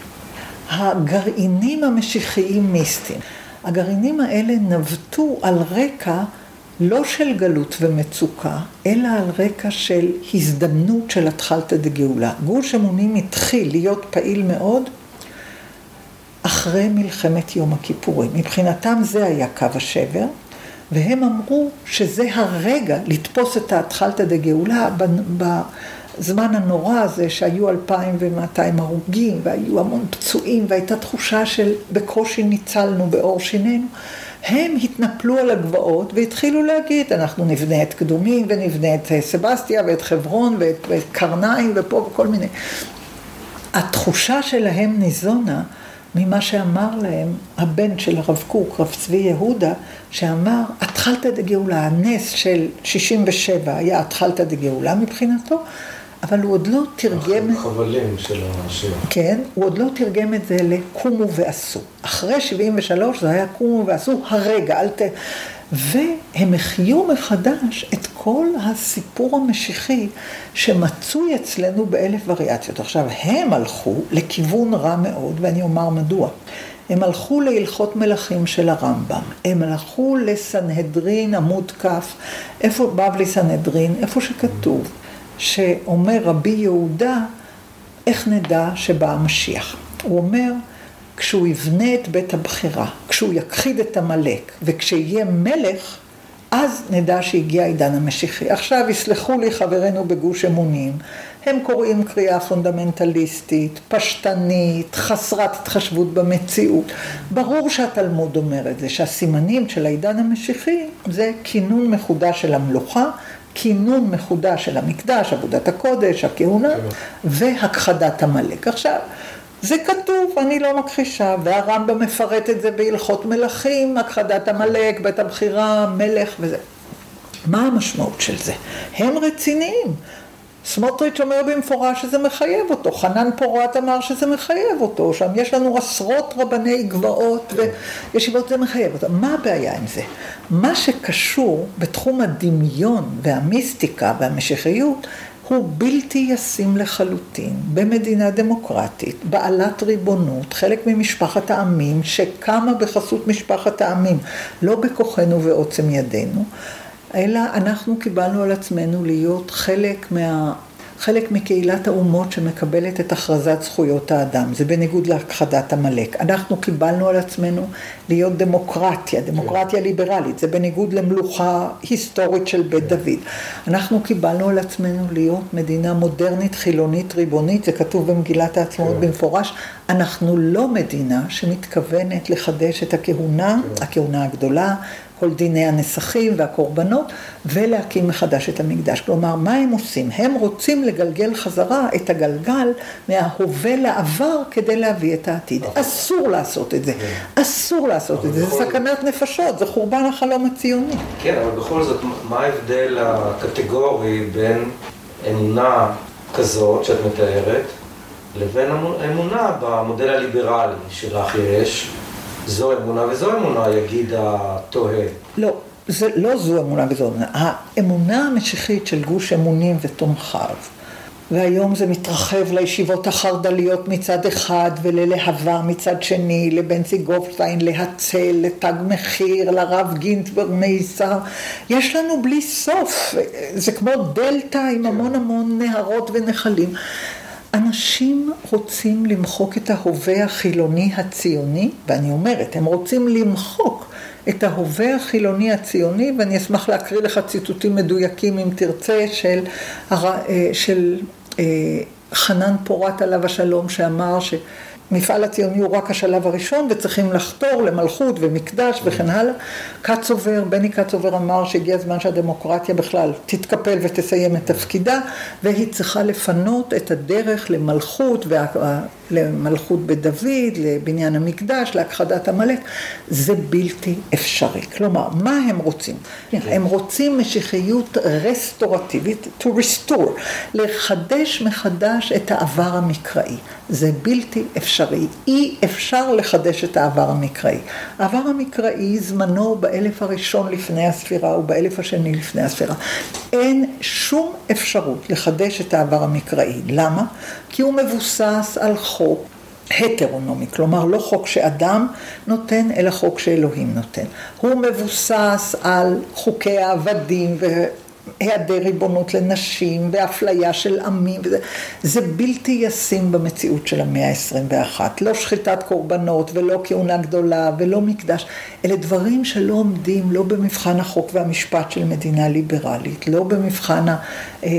הגרעינים המשיחיים מיסטיים, הגרעינים האלה נבטו על רקע לא של גלות ומצוקה, אלא על רקע של הזדמנות של התחלתא דגאולה. גוש אמונים התחיל להיות פעיל מאוד אחרי מלחמת יום הכיפורים. מבחינתם זה היה קו השבר, והם אמרו שזה הרגע לתפוס את ההתחלתא דגאולה בזמן הנורא הזה שהיו אלפיים ומאתיים הרוגים והיו המון פצועים והייתה תחושה של בקושי ניצלנו באור שינינו. הם התנפלו על הגבעות והתחילו להגיד, אנחנו נבנה את קדומים ונבנה את סבסטיה ואת חברון ואת, ואת קרניים ופה וכל מיני. התחושה שלהם ניזונה ממה שאמר להם הבן של הרב קוק, רב צבי יהודה, שאמר, התחלתא דגאולה, הנס של שישים ושבע היה התחלתא דגאולה מבחינתו, אבל הוא עוד לא תרגם... חבלים של השם. כן, הוא עוד לא תרגם את זה לקומו ועשו. אחרי שבעים ושלוש זה היה קומו ועשו הרגע, אל ת... והם החיו מחדש את כל הסיפור המשיחי שמצוי אצלנו באלף וריאציות. עכשיו, הם הלכו לכיוון רע מאוד, ואני אומר מדוע. הם הלכו להלכות מלכים של הרמב"ם, הם הלכו לסנהדרין עמוד כף, איפה בבלי סנהדרין, איפה שכתוב, שאומר רבי יהודה, איך נדע שבא המשיח. הוא אומר, כשהוא יבנה את בית הבחירה, כשהוא יכחיד את המלך, וכשיהיה מלך, אז נדע שהגיע עידן המשיחי. עכשיו יסלחו לי חברינו בגוש אמונים, הם קוראים קריאה פונדמנטליסטית, פשטנית, חסרת התחשבות במציאות. ברור שהתלמוד אומר את זה, שהסימנים של העידן המשיחי זה כינון מחודש של המלוכה, כינון מחודש של המקדש, עבודת הקודש, הכהונה, והכחדת המלך. עכשיו, זה כתוב, אני לא מכחישה, והרמב"ם מפרט את זה בהלכות מלכים, הכחדת המלך, בית הבחירה, מלך וזה. מה המשמעות של זה? הם רציניים. סמוטריץ' אומר במפורש שזה מחייב אותו, חנן פורת אמר שזה מחייב אותו, שם יש לנו עשרות רבני גבעות וישיבות, זה מחייב אותו. מה הבעיה עם זה? מה שקשור בתחום הדמיון והמיסטיקה והמשיחיות, הוא בלתי ישים לחלוטין במדינה דמוקרטית, בעלת ריבונות, חלק ממשפחת העמים שקמה בחסות משפחת העמים, לא בכוחנו ועוצם ידינו, אלא אנחנו קיבלנו על עצמנו להיות חלק חלק מקהילת האומות שמקבלת את הכרזת זכויות האדם. זה בניגוד להכחדת עמלק. אנחנו קיבלנו על עצמנו להיות דמוקרטיה, דמוקרטיה ליברלית. זה בניגוד למלוכה היסטורית של בית דוד. אנחנו קיבלנו על עצמנו להיות מדינה מודרנית, חילונית, ריבונית. זה כתוב במגילת העצמאות במפורש. אנחנו לא מדינה שמתכוונת לחדש את הכהונה, הכהונה הגדולה, כל דיני הנסחים והקורבנות, ולהקים מחדש את המקדש. כלומר, מה הם עושים? הם רוצים לגלגל חזרה את הגלגל מההווה לעבר כדי להביא את העתיד. אסור לעשות את זה. אסור לעשות את זה. זה סכנת נפשות, זה חורבן החלום הציוני. כן, אבל בכל זאת, מה ההבדל הקטגורי בין אמונה כזאת שאת מתארת, לבין אמונה במודל הליברלי שלך יש? זו אמונה וזו אמונה, יגיד התוהה. לא, זה לא זו אמונה וזו אמונה. האמונה המשיחית של גוש אמונים ותומכיו, והיום זה מתרחב לישיבות החרד"ליות מצד אחד וללהבה מצד שני, לבנצי גופשטיין, להצל, לתג מחיר, לרב גינצברג מייסר. יש לנו בלי סוף, זה כמו דלתא עם המון המון נהרות ונחלים. אנשים רוצים למחוק את ההווה החילוני הציוני, ואני אומרת, הם רוצים למחוק את ההווה החילוני הציוני, ואני אשמח להקריא לך ציטוטים מדויקים אם תרצה, של, של חנן פורת עליו השלום, שאמר שמפעל הציוני הוא רק השלב הראשון, וצריכים לחתור למלכות ומקדש וכן הלאה. קצובר, בני קצובר אמר שהגיע הזמן שהדמוקרטיה בכלל תתקפל ותסיים את תפקידה, והיא צריכה לפנות את הדרך למלכות, למלכות בדוד, לבניין המקדש, להכחדת עמלק. זה בלתי אפשרי. כלומר, מה הם רוצים? הם רוצים משיחיות רסטורטיבית, to restore, לחדש מחדש את העבר המקראי. זה בלתי אפשרי. אי אפשר לחדש את העבר המקראי. העבר המקראי זמנו באלף הראשון לפני הספירה ובאלף השני לפני הספירה. אין שום אפשרות לחדש את העבר המקראי. למה? כי הוא מבוסס על חוק הטרונומי, כלומר לא חוק שאדם נותן, אלא חוק שאלוהים נותן. הוא מבוסס על חוקי העבדים והיעדר ריבונות לנשים ואפליה של עמים. וזה, זה בלתי ישים במציאות של המאה ה-עשרים ואחת. לא שחיטת קורבנות ולא כהונה גדולה ולא מקדש. אלה דברים שלא עומדים לא במבחן החוק והמשפט של מדינה ליברלית, לא במבחן ה...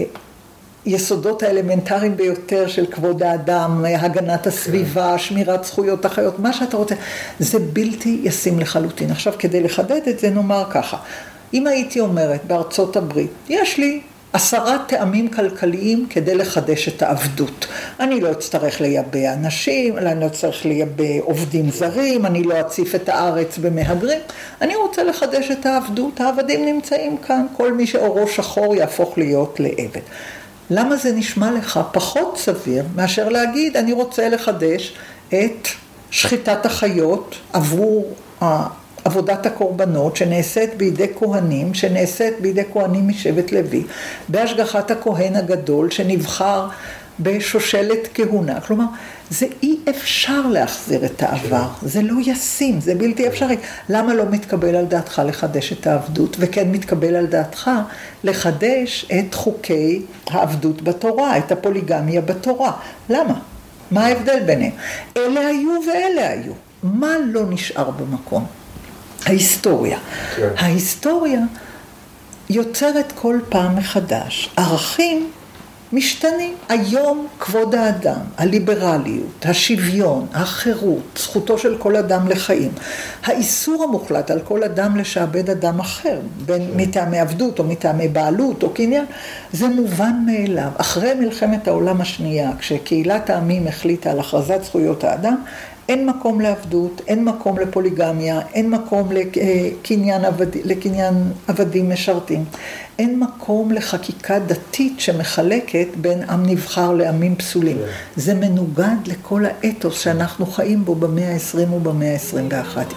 יסודות האלמנטריים ביותר של כבוד האדם, הגנת הסביבה, שמירת זכויות החיות, מה שאתה רוצה, זה בלתי ישים לחלוטין. עכשיו, כדי לחדד את זה, נאמר ככה, אם הייתי אומרת בארצות הברית, יש לי עשרה טעמים כלכליים כדי לחדש את העבדות. אני לא אצטרך לייבא אנשים, אני לא אצטרך לייבא עובדים זרים, אני לא אציף את הארץ במהגרים, אני רוצה לחדש את העבדות, העבדים נמצאים כאן, כל מי שאורו שחור יהפוך להיות לעבד. למה זה נשמע לך פחות סביר מאשר להגיד, אני רוצה לחדש את שחיטת החיות עבור עבודת הקורבנות שנעשית בידי כהנים, שנעשית בידי כהנים משבט לוי, בהשגחת הכהן הגדול שנבחר בשושלת כהונה. כלומר, זה אי אפשר להחזיר את העבר, זה לא ישים, זה בלתי אפשרי. למה לא מתקבל על דעתך לחדש את העבדות, וכן מתקבל על דעתך לחדש את חוקי העבדות בתורה, את הפוליגמיה בתורה? למה? מה ההבדל ביניהם? אלה היו ואלה היו. מה לא נשאר במקום? ההיסטוריה. כן. ההיסטוריה יוצרת כל פעם מחדש ערכים משתנים. היום כבוד האדם, הליברליות, השוויון, החירות, זכותו של כל אדם לחיים, האיסור המוחלט על כל אדם לשעבד אדם אחר, בין מטעמי עבדות או מטעמי בעלות או קניין, זה מובן מאליו. אחרי מלחמת העולם השנייה, כשקהילת העמים החליטה על הכרזת זכויות האדם, אין מקום לעבדות, אין מקום לפוליגמיה, אין מקום לקניין, עבד, לקניין עבדים משרתים. אין מקום לחקיקה דתית שמחלקת בין עם נבחר לעמים פסולים. זה מנוגד לכל האתוס שאנחנו חיים בו במאה ה-עשרים ובמאה ה-עשרים ואחת.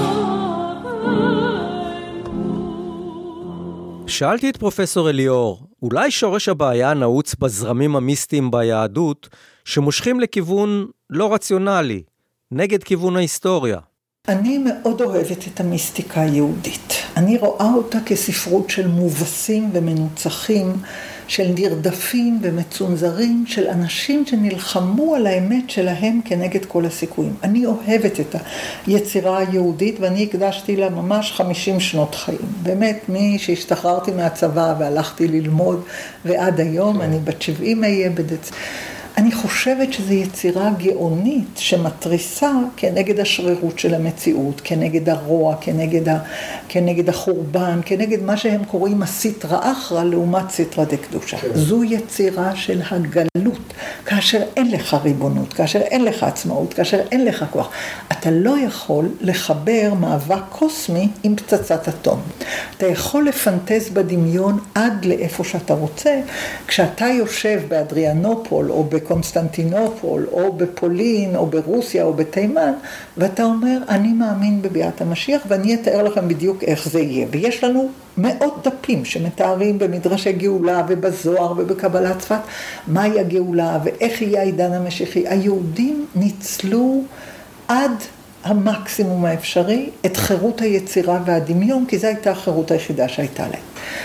שאלתי את פרופסור אליאור, אולי שורש הבעיה נעוץ בזרמים המיסטיים ביהדות, שמושכים לכיוון לא רציונלי, נגד כיוון ההיסטוריה. אני מאוד אוהבת את המיסטיקה היהודית. אני רואה אותה כספרות של מובסים ומנוצחים, של נרדפים ומצונזרים, של אנשים שנלחמו על האמת שלהם כנגד כל הסיכויים. אני אוהבת את היצירה היהודית, ואני הקדשתי לה ממש חמישים שנות חיים. באמת, מי שהשתחררתי מהצבא והלכתי ללמוד, ועד היום, אני בת שבעים אהיה בדצ... אני חושבת שזו יצירה גאונית שמטריסה כנגד השרירות של המציאות, כנגד הרוע, כנגד, ה, כנגד החורבן, כנגד מה שהם קוראים הסטרא אחרא לעומת סטרא דקדושה. כן. זו יצירה של הגלות, כאשר אין לך ריבונות, כאשר אין לך עצמאות, כאשר אין לך כוח. אתה לא יכול לחבר מאבק קוסמי עם פצצת אטום. אתה יכול לפנטז בדמיון עד לאיפה שאתה רוצה, כשאתה יושב באדריאנופול או בקונסטנטינופול או בפולין או ברוסיה או בתימן, ואתה אומר, אני מאמין בביאת המשיח ואני אתאר לכם בדיוק איך זה יהיה. ויש לנו מאות דפים שמתארים במדרשי גאולה ובזוהר ובקבלת צפת, מהי הגאולה ואיך יהיה העידן המשיחי. היהודים ניצלו עד המקסימום האפשרי את חירות היצירה והדמיון, כי זו הייתה החירות היחידה שהייתה להם.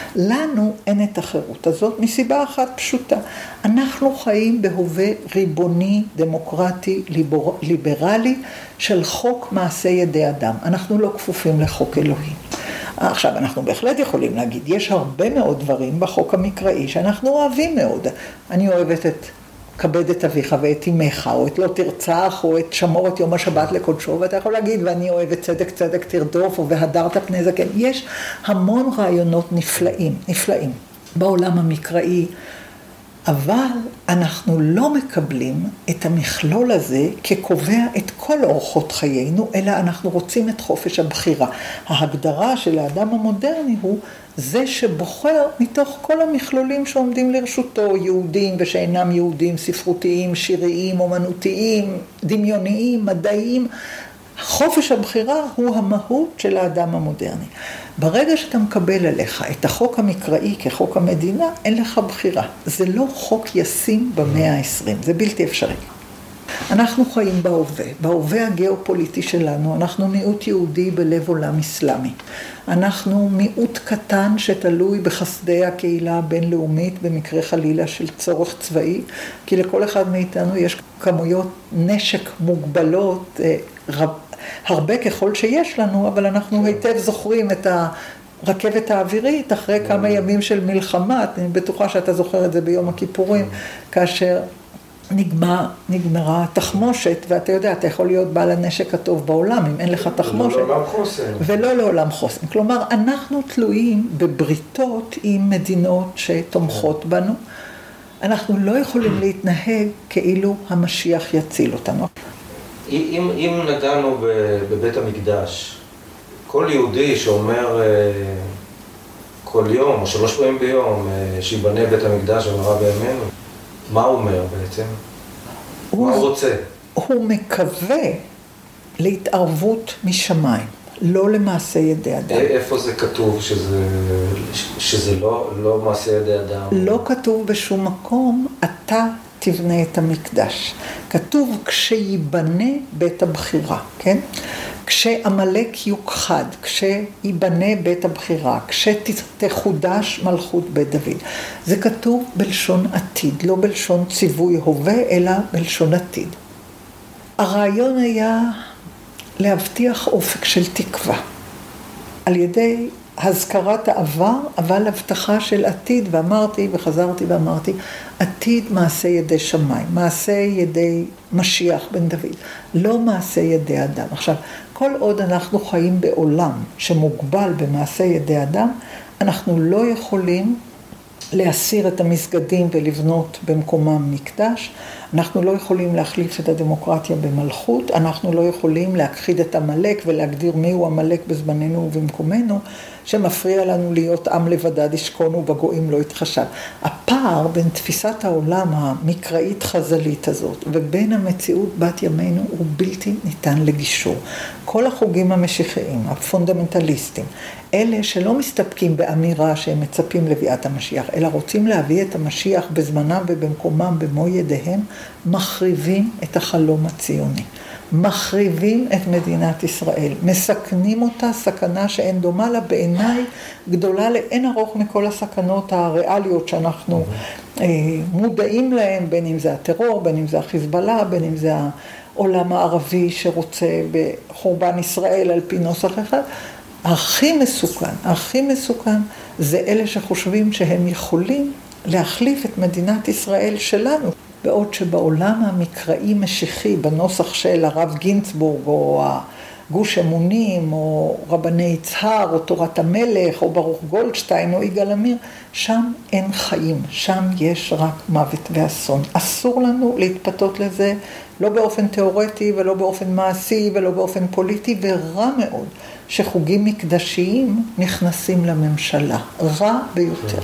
לנו אין את החירות הזאת מסיבה אחת פשוטה. אנחנו חיים בהווה ריבוני, דמוקרטי, ליבר, ליברלי של חוק מעשה ידי אדם. אנחנו לא כפופים לחוק אלוהים. עכשיו, אנחנו בהחלט יכולים להגיד, יש הרבה מאוד דברים בחוק המקראי שאנחנו אוהבים מאוד. אני אוהבת את כבד את אביך ואת אמך, או את לא תרצח, או את שמור את יום השבת לקודשו, ואתה יכול להגיד, ואני אוהבת צדק צדק תרדוף, או והדרת פני זקן. יש המון רעיונות נפלאים, נפלאים בעולם המקראי, אבל אנחנו לא מקבלים את המכלול הזה כקובע את כל אורחות חיינו, אלא אנחנו רוצים את חופש הבחירה. ההגדרה של האדם המודרני הוא זה שבוחר מתוך כל המכלולים שעומדים לרשותו, יהודים ושאינם יהודים, ספרותיים, שיריים, אומנותיים, דמיוניים, מדעיים. חופש הבחירה הוא המהות של האדם המודרני. ברגע שאתה מקבל עליך את החוק המקראי כחוק המדינה, אין לך בחירה. זה לא חוק ישים במאה ה-עשרים, זה בלתי אפשרי. אנחנו חיים בהווה, בהווה הגיאופוליטי שלנו, אנחנו מיעוט יהודי בלב עולם אסלאמי. אנחנו מיעוט קטן שתלוי בחסדי הקהילה הבינלאומית במקרה חלילה של צורך צבאי, כי לכל אחד מאיתנו יש כמויות נשק מוגבלות, רב, הרבה ככל שיש לנו, אבל אנחנו היטב זוכרים את הרכבת האווירית אחרי כמה ימים של מלחמה, אני בטוחה שאתה זוכר את זה ביום הכיפורים, כאשר נגמר, נגמרה תחמושת, ואתה יודע, אתה יכול להיות בעל הנשק הטוב בעולם, אם אין לך תחמושת. ולא לעולם חוסן. ולא לעולם חוסן. כלומר, אנחנו תלויים בבריתות עם מדינות שתומכות בנו. אנחנו לא יכולים להתנהג כאילו המשיח יציל אותנו. אם, אם נדענו בבית המקדש, כל יהודי שאומר כל יום או שלוש פעמים ביום שיבנה בית המקדש ומרה בימינו, מה הוא אומר בעצם? הוא, מה הוא רוצה? הוא מקווה להתערבות משמיים, לא למעשה ידי אדם. איפה זה כתוב שזה, שזה לא, לא מעשה ידי אדם? לא כתוב בשום מקום, אתה תבנה את המקדש. כתוב כשיבנה בית הבחירה, כן? כשעמלק יוכחד, כשיבנה בית הבחירה, כשתחודש מלכות בית דוד. זה כתוב בלשון עתיד, לא בלשון ציווי הווה, אלא בלשון עתיד. הרעיון היה להבטיח אופק של תקווה, על ידי הזכרת העבר, אבל הבטחה של עתיד, ואמרתי וחזרתי ואמרתי, עתיד מעשה ידי שמיים, מעשה ידי משיח בן דוד, לא מעשה ידי אדם. עכשיו, כל עוד אנחנו חיים בעולם שמוגבל במעשה ידי אדם, אנחנו לא יכולים להסיר את המסגדים ולבנות במקומם מקדש, אנחנו לא יכולים להחליף את הדמוקרטיה במלכות, אנחנו לא יכולים להכחיד את המלך ולהגדיר מיהו המלך בזמננו ובמקומנו, שמפריע לנו להיות עם לבדד ישכון ובגויים לא יתחשב. הפער בין תפיסת העולם המקראית חז"לית הזאת ובין המציאות בת ימינו הוא בלתי ניתן לגישור. כל החוגים המשיחיים, הפונדמנטליסטים, אלה שלא מסתפקים באמירה שהם מצפים לביאת המשיח, אלא רוצים להביא את המשיח בזמנם ובמקומם במו ידיהם, מחריבים את החלום הציוני. מחריבים את מדינת ישראל, מסכנים אותה סכנה שאין דומה לה, בעיניי גדולה לאין ארוך מכל הסכנות הריאליות שאנחנו אה, מודעים להן, בין אם זה הטרור, בין אם זה החיזבאללה, בין אם זה העולם הערבי שרוצה בחורבן ישראל על פי נוסח אחד. הכי מסוכן, הכי מסוכן זה אלה שחושבים שהם יכולים להחליף את מדינת ישראל שלנו. בעוד שבעולם המקראי משיחי, בנוסח של הרב גינצבורג, או גוש אמונים, או רבני יצהר, או תורת המלך, או ברוך גולדשטיין, או יגאל עמיר, שם אין חיים, שם יש רק מוות ואסון. אסור לנו להתפתות לזה, לא באופן תיאורטי, ולא באופן מעשי, ולא באופן פוליטי, ורע מאוד שחוגים מקדשיים נכנסים לממשלה. רע ביותר.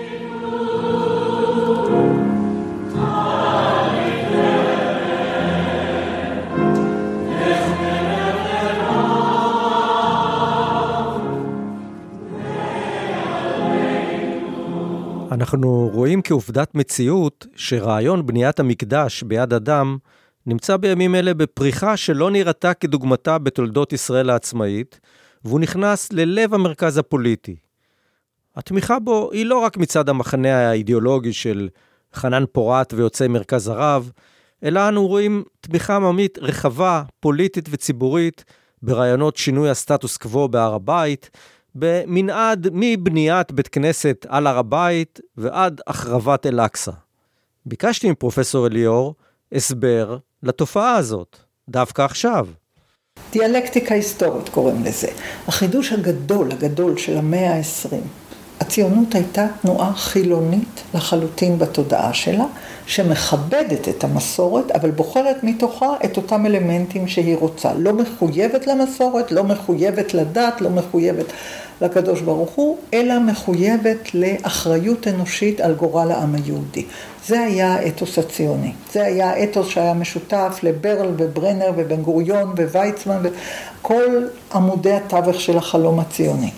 אנחנו רואים כעובדת מציאות שרעיון בניית המקדש ביד אדם נמצא בימים אלה בפריחה שלא נראתה כדוגמתה בתולדות ישראל העצמאית, והוא נכנס ללב המרכז הפוליטי. התמיכה בו היא לא רק מצד המחנה האידיאולוגי של חנן פורת ויוצאי מרכז הרב, אלא אנו רואים תמיכה עממית רחבה, פוליטית וציבורית, ברעיונות שינוי הסטטוס קוו בהר הבית, במנעד מבניית בית כנסת על הר הבית ועד החרבת אל-אקצא. ביקשתי מפרופסור אליאור הסבר לתופעה הזאת, דווקא עכשיו. דיאלקטיקה היסטורית קוראים לזה. החידוש הגדול, הגדול של המאה העשרים. הציונות הייתה תנועה חילונית לחלוטין בתודעה שלה, שמכבדת את המסורת, אבל בוחרת מתוכה את אותם אלמנטים שהיא רוצה. לא מחויבת למסורת, לא מחויבת לדת, לא מחויבת לקדוש ברוך הוא, אלא מחויבת לאחריות אנושית על גורל העם היהודי. זה היה האתוס הציוני. זה היה האתוס שהיה משותף לברל וברנר ובן גוריון וויצמן וכל עמודי התווך של החלום הציוני.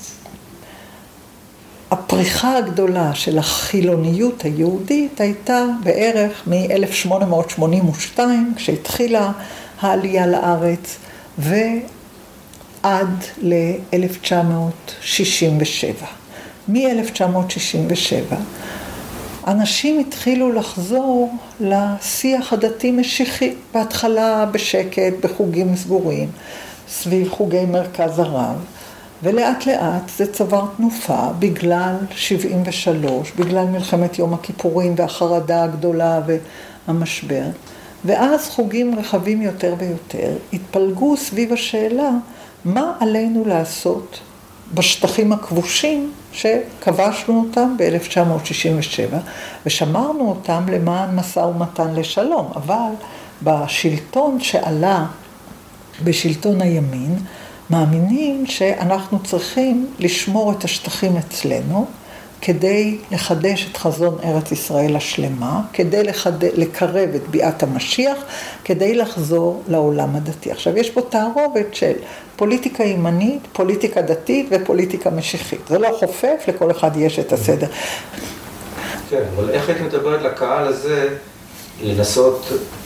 הפריחה הגדולה של החילוניות היהודית הייתה בערך מ-אלף שמונה מאות שמונים ושתיים, כשהתחילה העלייה לארץ, ועד ל-אלף תשע מאות שישים ושבע. מ-אלף תשע מאות שישים ושבע, אנשים התחילו לחזור לשיח הדתי משיחי, בהתחלה בשקט, בחוגים סגורים, סביב חוגי מרכז הרב, ולאט לאט זה צבר תנופה בגלל שבעים ושלוש, בגלל מלחמת יום הכיפורים והחרדה הגדולה והמשבר. ואז חוגים רחבים יותר ויותר התפלגו סביב השאלה מה עלינו לעשות בשטחים הכבושים שכבשנו אותם ב-אלף תשע מאות שישים ושבע ושמרנו אותם למען משא ומתן לשלום. אבל בשלטון שעלה, בשלטון הימין, מאמינים שאנחנו צריכים לשמור את השטחים אצלנו, כדי לחדש את חזון ארץ ישראל השלמה, כדי לחד... לקרב את ביאת המשיח, כדי לחזור לעולם הדתי. עכשיו, יש פה תערובת של פוליטיקה ימנית, פוליטיקה דתית ופוליטיקה משיחית. זה לא חופף, לכל אחד יש את הסדר. כן, אבל איך היית מדברת לקהל הזה לנסות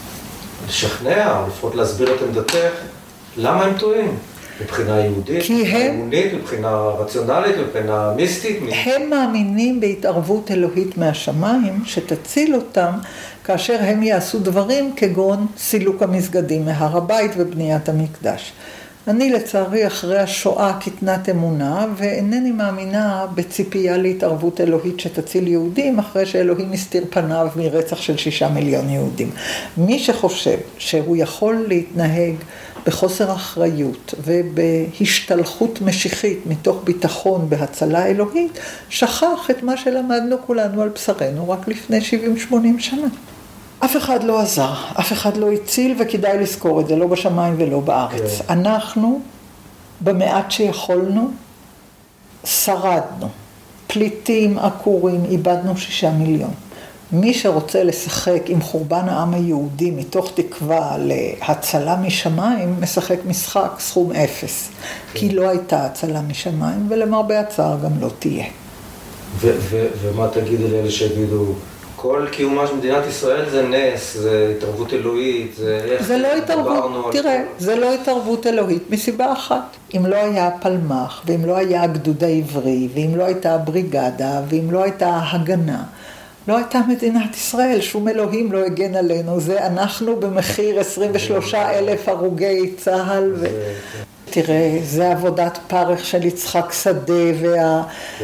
לשכנע, או לפחות להסביר את עמדתך, למה הם טועים? מבחינה יהודית, מבחינה אמונית, מבחינה רציונלית, מבחינה מיסטית. הם מאמינים בהתערבות אלוהית מהשמיים שתציל אותם כאשר הם יעשו דברים כגון סילוק המסגדים מהר הבית ובניית המקדש. אני לצערי אחרי השואה קטנת אמונה ואינני מאמינה בציפייה להתערבות אלוהית שתציל יהודים אחרי שאלוהים הסתיר פניו מרצח של שישה מיליון יהודים. מי שחושב שהוא יכול להתנהג בחוסר אחריות ובהשתלחות משיחית מתוך ביטחון בהצלה אלוהית, שכח את מה שלמדנו כולנו על בשרנו רק לפני שבעים שמונים שנה. אף אחד לא עזר, אף אחד לא הציל, וכדאי לזכור את זה, לא בשמיים ולא בארץ. Okay. אנחנו, במעט שיכולנו, שרדנו, פליטים, עקורים, איבדנו שישה מיליון. מי שרוצה לשחק עם חורבן העם היהודי מתוך תקווה להצלה משמיים, משחק משחק סכום אפס. כי לא הייתה הצלה משמיים, ולמרבה הצער גם לא תהיה. ו- ו- ומה תגידי לאלה שיגידו, כל קיומה של מדינת ישראל זה נס, זה התערבות אלוהית, זה איך... זה לא התערבות, תראה, זה לא התערבות אלוהית מסיבה אחת. אם לא היה פלמח, ואם לא היה הגדוד העברי, ואם לא הייתה הבריגדה, ואם לא הייתה ההגנה, לא הייתה מדינת ישראל, שום אלוהים לא הגן עלינו, זה אנחנו במחיר עשרים ושלושה אלף הרוגי צהל. ו... תראה, זה עבודת פרך של יצחק שדה וה...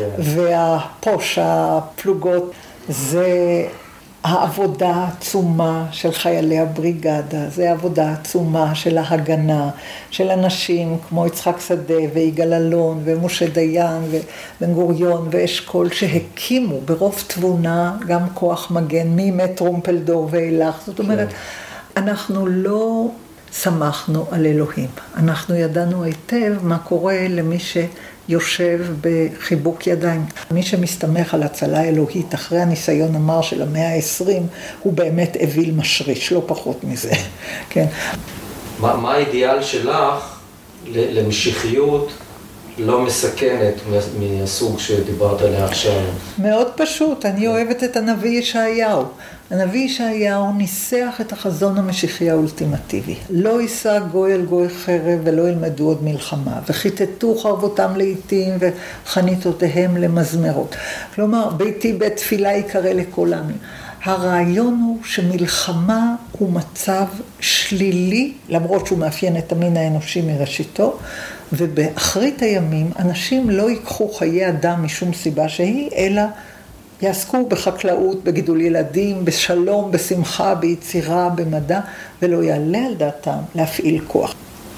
והפוש, הפלוגות, זה העבודה העצומה של חיילי הבריגדה, זה העבודה העצומה של ההגנה, של אנשים כמו יצחק שדה ויגאל אלון ומשה דיין ובן גוריון ואשכול שהקימו ברוב תבונה גם כוח מגן ממט טרומפלדור ואילך. זאת אומרת, אנחנו לא שמחנו על אלוהים, אנחנו ידענו היטב מה קורה למי שיושב בחיבוק ידיים. מי שמסתמך על הצלה אלוהית אחרי הניסיון המר של המאה העשרים, הוא באמת אוויל משריש, לא פחות מזה. כן. מה, מה האידיאל שלך למשיחיות לא מסכנת מהסוג שדיברת עליה עכשיו? מאוד פשוט, אני אוהבת את הנביא ישעיהו. הנביא ישעיהו ניסח את החזון המשיחי האולטימטיבי. לא יישא גוי אל גוי חרב ולא ילמדו עוד מלחמה, וחיטטו חרבותם לעתים וחניתותיהם למזמרות. כלומר, ביתי בית תפילה יקרא לכל העמים. הרעיון הוא שמלחמה הוא מצב שלילי, למרות שהוא מאפיין את המין האנושי מראשיתו, ובאחרית הימים אנשים לא ייקחו חיי אדם משום סיבה שהיא, אלא יעסקו בחקלאות, בגידול ילדים, בשלום, בשמחה, ביצירה, במדע, ולא יעלה על דעתם להפעיל כוח.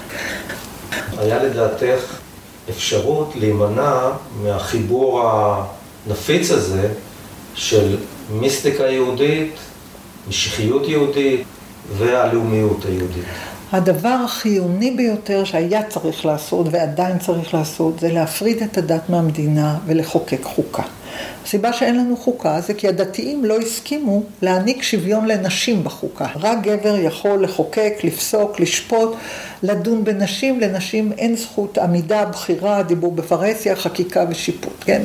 היה לדעתך אפשרות להימנע מהחיבור הנפיץ הזה של מיסטיקה יהודית, משיחיות יהודית והלאומיות היהודית? הדבר החיוני ביותר שהיה צריך לעשות ועדיין צריך לעשות זה להפריד את הדת מהמדינה ולחוקק חוקה. הסיבה שאין לנו חוקה זה כי הדתיים לא הסכימו להעניק שוויון לנשים בחוקה. רק גבר יכול לחוקק, לפסוק, לשפוט, לדון בנשים. לנשים אין זכות עמידה, בחירה, דיבור בפרהסיה, חקיקה ושיפוט. כן?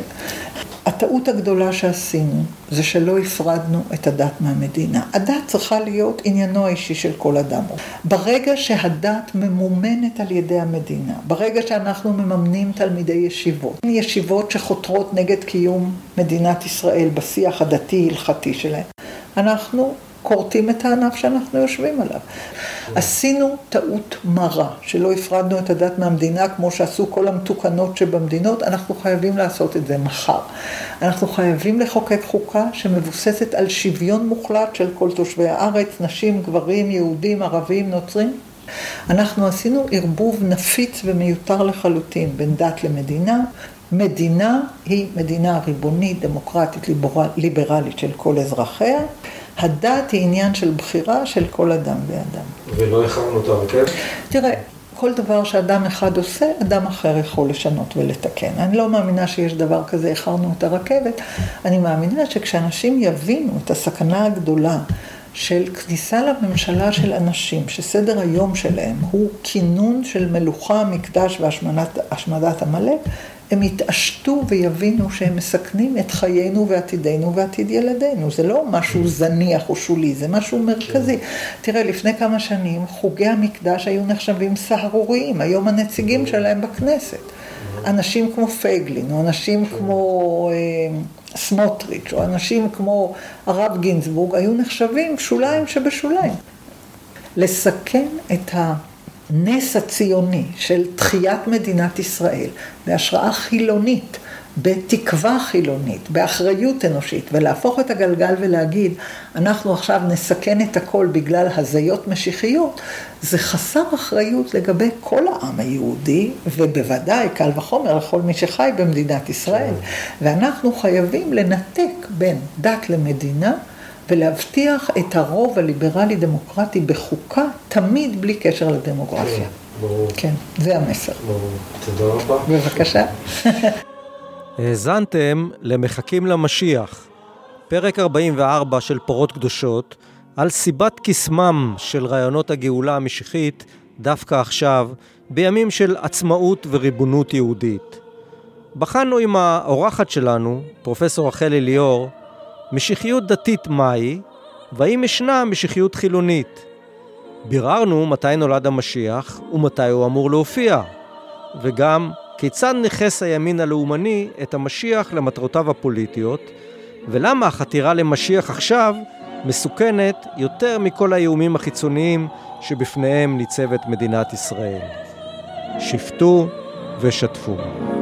הטעות הגדולה שעשינו זה שלא הפרדנו את הדת מהמדינה. הדת צריכה להיות עניינו האישי של כל אדם. ברגע שהדת ממומנת על ידי המדינה, ברגע שאנחנו מממנים תלמידי ישיבות, ישיבות שחותרות נגד קיום מדינת ישראל בשיח הדתי-הלכתי שלהם, אנחנו קורטים את הענף שאנחנו יושבים עליו. עשינו טעות מרה, שלא הפרדנו את הדת מהמדינה, כמו שעשו כל המתוקנות שבמדינות, אנחנו חייבים לעשות את זה מחר. אנחנו חייבים לחוקק חוקה שמבוססת על שוויון מוחלט של כל תושבי הארץ, נשים, גברים, יהודים, ערבים, נוצרים. אנחנו עשינו ערבוב נפיץ ומיותר לחלוטין בין דת למדינה. מדינה היא מדינה ריבונית, דמוקרטית, ליברלית של כל אזרחיה. הדת היא עניין של בחירה של כל אדם ואדם. ולא הכרנו את הרכבת? תראה, כל דבר שאדם אחד עושה, אדם אחר יכול לשנות ולתקן. אני לא מאמינה שיש דבר כזה, הכרנו את הרכבת. אני מאמינה שכשאנשים יבינו את הסכנה הגדולה של כניסה לממשלה של אנשים, שסדר היום שלהם הוא כינון של מלוכה, מקדש והשמדת עמלק, הם יתעשתו ויבינו שהם מסכנים את חיינו ועתידנו ועתיד ילדינו. זה לא משהו זניח או שולי, זה משהו מרכזי. תראה, לפני כמה שנים חוגי המקדש היו נחשבים סהרוריים, היום הנציגים שלהם בכנסת. אנשים כמו פייגלין, או אנשים כמו אה, סמוטריץ', או אנשים כמו הרב גינזבורג, היו נחשבים שוליים שבשוליים. לסכן את ה... נס הציוני של תחיית מדינת ישראל, בהשראה חילונית, בתקווה חילונית, באחריות אנושית, ולהפוך את הגלגל ולהגיד, אנחנו עכשיו נסכן את הכל בגלל הזיות משיחיות, זה חסר אחריות לגבי כל העם היהודי, ובוודאי קל וחומר לכל מי שחי במדינת ישראל. ואנחנו חייבים לנתק בין דת למדינה, ולהבטיח את הרוב הליברלי דמוקרטי בחוקה, תמיד בלי קשר לדמוגרפיה. ברור. כן, זה המסר. ברור. תודה רבה. בבקשה. האזנתם למחכים למשיח, פרק ארבעים וארבע של פרות קדושות, על סיבת קסמם של רעיונות הגאולה המשיחית דווקא עכשיו, בימים של עצמאות וריבונות יהודית. בחנו עם האורחת שלנו, פרופסור רחל אליאור, משיחיות דתית מהי, והאם ישנה משיחיות חילונית. ביררנו מתי נולד המשיח ומתי הוא אמור להופיע, וגם כיצד נכס הימין הלאומני את המשיח למטרותיו הפוליטיות, ולמה החתירה למשיח עכשיו מסוכנת יותר מכל האיומים החיצוניים שבפניהם ניצבת מדינת ישראל. שפטו ושתפו.